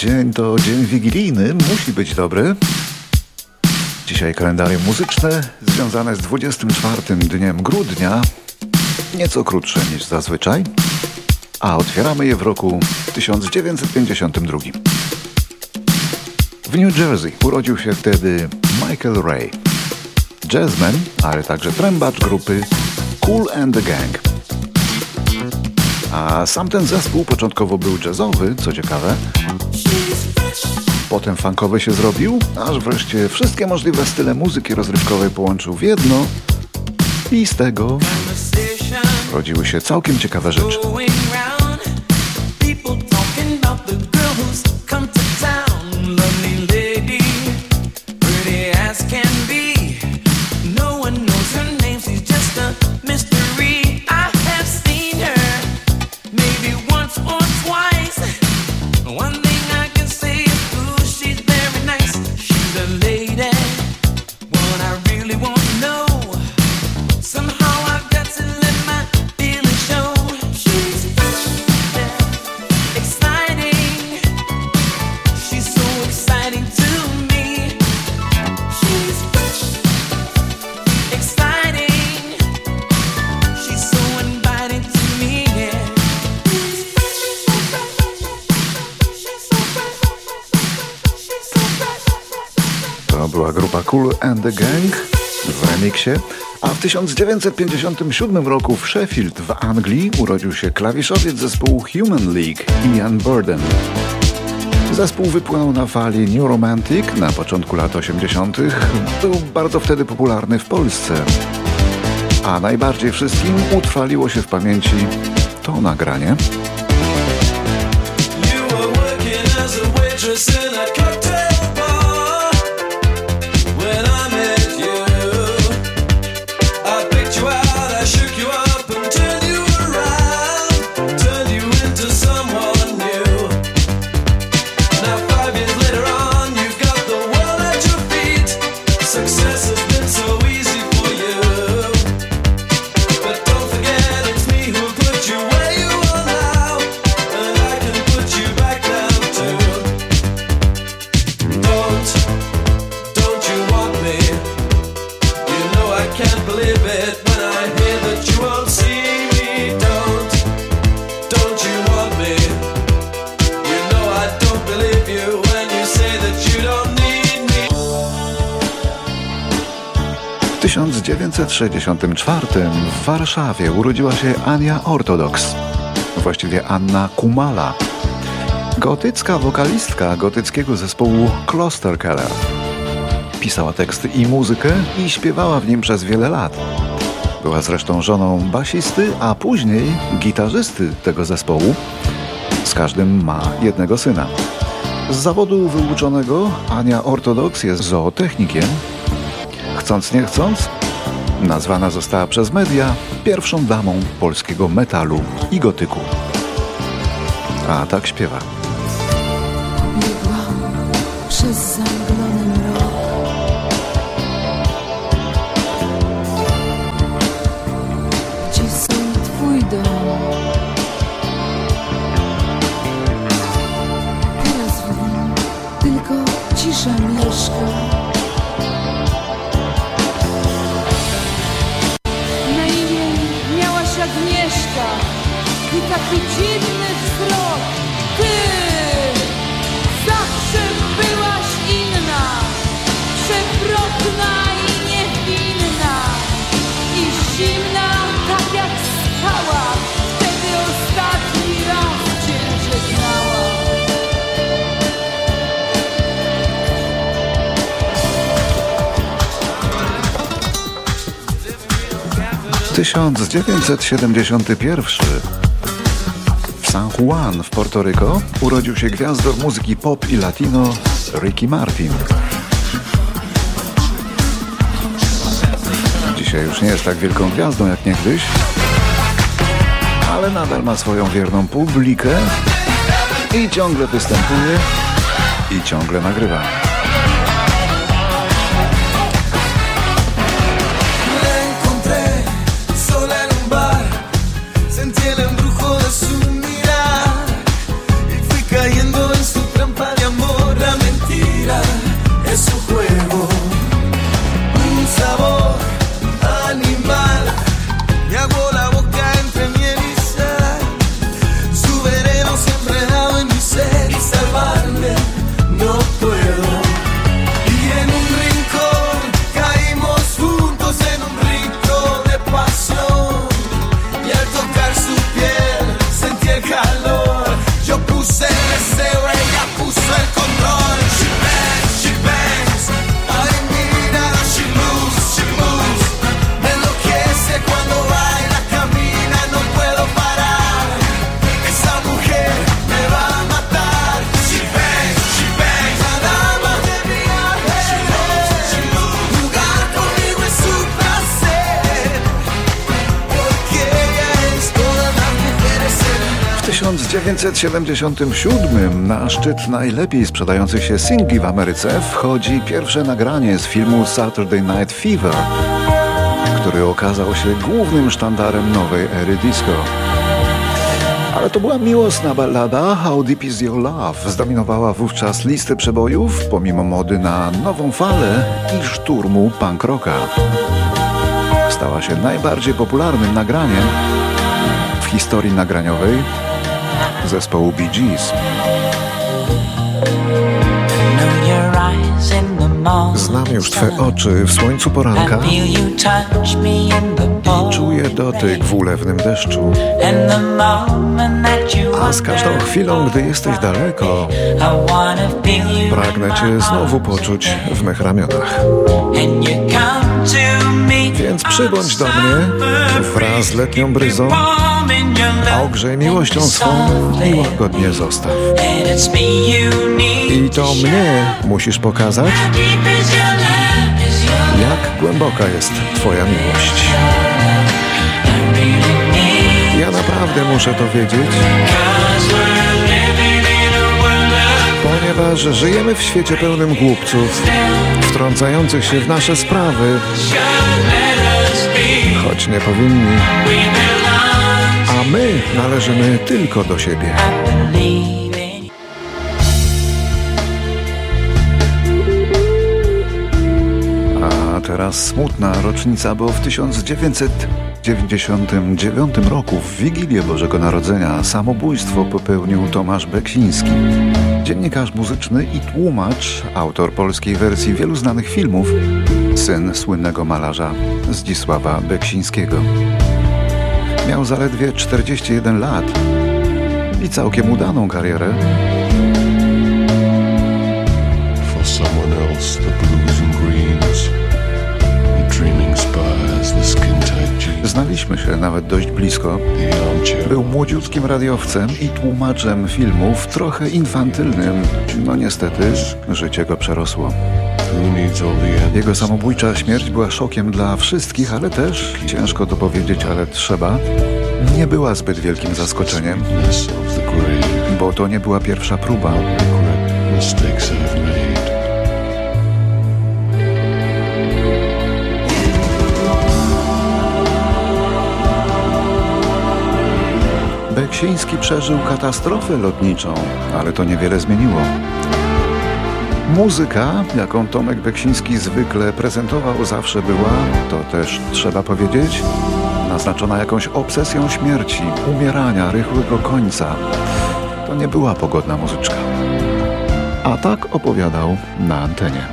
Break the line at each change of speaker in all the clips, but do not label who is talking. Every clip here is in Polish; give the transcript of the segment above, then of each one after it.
Dzień to dzień wigilijny, musi być dobry. Dzisiaj kalendarium muzyczne związane z 24 dniem grudnia, nieco krótsze niż zazwyczaj, a otwieramy je w roku 1952. W New Jersey urodził się wtedy Michael Ray, jazzman, ale także trębacz grupy Kool and the Gang. A sam ten zespół początkowo był jazzowy, co ciekawe. Potem funkowy się zrobił, aż wreszcie wszystkie możliwe style muzyki rozrywkowej połączył w jedno i z tego rodziły się całkiem ciekawe rzeczy. To była grupa Kool and the Gang w remiksie, a w 1957 roku w Sheffield w Anglii urodził się klawiszowiec zespołu Human League Ian Burden. Zespół wypłynął na fali New Romantic na początku lat 80. Był bardzo wtedy popularny w Polsce, a najbardziej wszystkim utrwaliło się w pamięci to nagranie. W 1964 w Warszawie urodziła się Ania Ortodoks, właściwie Anna Kumala, gotycka wokalistka gotyckiego zespołu Klosterkeller. Pisała teksty i muzykę i śpiewała w nim przez wiele lat. Była zresztą żoną basisty, a później gitarzysty tego zespołu. Z każdym ma jednego syna. Z zawodu wyuczonego Ania Ortodoks jest zootechnikiem. Chcąc nie chcąc, nazwana została przez media pierwszą damą polskiego metalu i gotyku. A tak śpiewa.
Biegłam przez zamglony mrok. Gdzie stoi twój dom? Teraz w nim tylko cisza mieszka.
Agnieszka i taki dziwny wzrok. Ty zawsze byłaś inna, przewrotna i niewinna i zimna tak jak skała. Wtedy ostatni raz cię żegnała.
1971 w San Juan w Porto-Rico urodził się gwiazdor muzyki pop i latino Ricky Martin. Dzisiaj już nie jest tak wielką gwiazdą jak niegdyś, ale nadal ma swoją wierną publikę i ciągle występuje i ciągle nagrywa.
Sentí el embrujo de su mirar y fui cayendo en su trampa.
1977 na szczyt najlepiej sprzedających się singli w Ameryce wchodzi pierwsze nagranie z filmu Saturday Night Fever, który okazał się głównym sztandarem nowej ery disco. Ale to była miłosna ballada How Deep Is Your Love. Zdominowała wówczas listy przebojów, pomimo mody na nową falę i szturmu punk rocka. Stała się najbardziej popularnym nagraniem w historii nagraniowej zespołu Bee Gees. Znam już Twe oczy w słońcu poranka i czuję dotyk w ulewnym deszczu. A z każdą chwilą, gdy jesteś daleko, pragnę Cię znowu poczuć w mych ramionach. Więc przybądź do mnie wraz z letnią bryzą, a ogrzej miłością swą i łagodnie zostaw. I to mnie musisz pokazać, jak głęboka jest Twoja miłość. Ja naprawdę muszę to wiedzieć, ponieważ żyjemy w świecie pełnym głupców, wtrącających się w nasze sprawy, choć nie powinni, a my należymy tylko do siebie. A teraz smutna rocznica, bo w 1999 roku w Wigilię Bożego Narodzenia samobójstwo popełnił Tomasz Beksiński. Dziennikarz muzyczny i tłumacz, autor polskiej wersji wielu znanych filmów, syn słynnego malarza Zdzisława Beksińskiego. Miał zaledwie 41 lat i całkiem udaną karierę.
For someone else, the blues and greens, the dreaming spires, the skin-tight jeans.
Znaliśmy się nawet dość blisko. Był młodziutkim radiowcem i tłumaczem filmów, trochę infantylnym. No niestety, życie go przerosło. Jego samobójcza śmierć była szokiem dla wszystkich, ale też, ciężko to powiedzieć, ale trzeba, nie była zbyt wielkim zaskoczeniem, bo to nie była pierwsza próba. Beksiński przeżył katastrofę lotniczą, ale to niewiele zmieniło. Muzyka, jaką Tomek Beksiński zwykle prezentował, zawsze była, to też trzeba powiedzieć, naznaczona jakąś obsesją śmierci, umierania, rychłego końca. To nie była pogodna muzyczka. A tak opowiadał na antenie.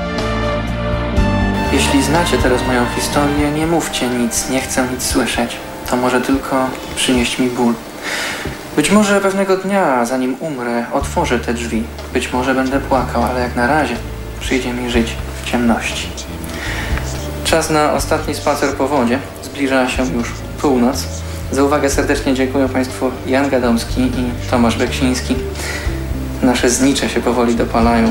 Jeśli znacie teraz moją historię, nie mówcie nic, nie chcę nic słyszeć. To może tylko przynieść mi ból. Być może pewnego dnia, zanim umrę, otworzę te drzwi. Być może będę płakał, ale jak na razie przyjdzie mi żyć w ciemności. Czas na ostatni spacer po wodzie. Zbliża się już północ. Za uwagę serdecznie dziękuję Państwu Jan Gadomski i Tomasz Beksiński. Nasze znicze się powoli dopalają.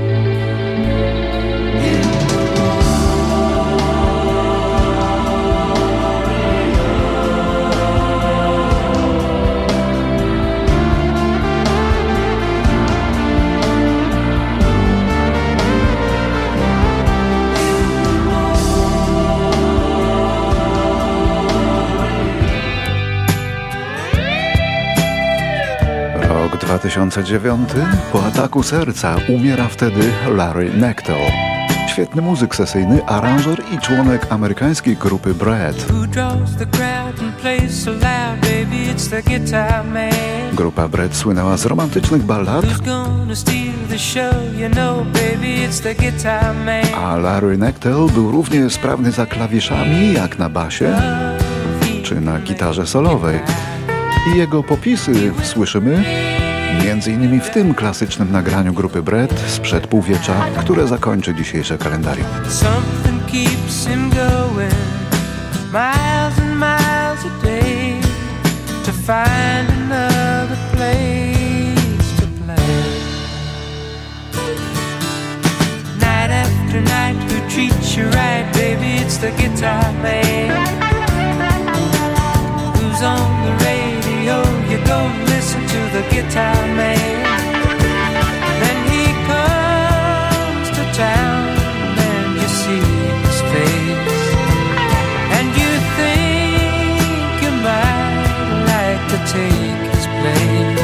Rok 2009. Po ataku serca umiera wtedy Larry Knechtel. Świetny muzyk sesyjny, aranżer i członek amerykańskiej grupy Bread. Grupa Bread słynęła z romantycznych ballad, a Larry Knechtel był równie sprawny za klawiszami jak na basie czy na gitarze solowej. I jego popisy słyszymy m.in. w tym klasycznym nagraniu grupy Bread sprzed półwiecza, które zakończy dzisiejsze kalendarium.
On the radio, you go listen to versatile man. Then he comes to town and you see his face, and you think you might like to take his place.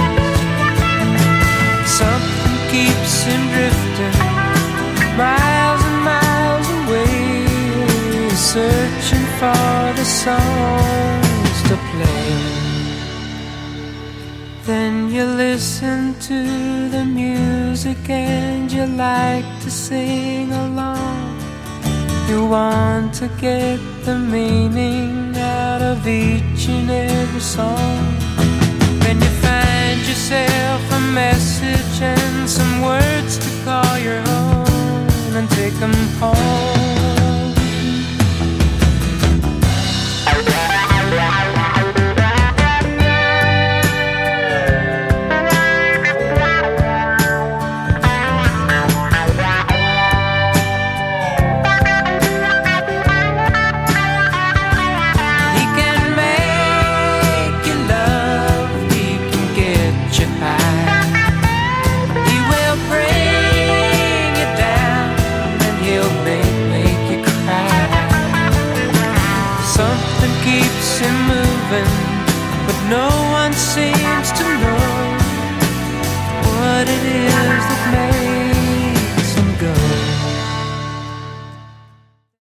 Something keeps him drifting miles and miles away, searching for the songs to play. Then you listen to the music and you like to sing along. You want to get the meaning out of each and every song. Then you find yourself a message and some words to call your own and take them home. No one seems to know what it is that makes him go.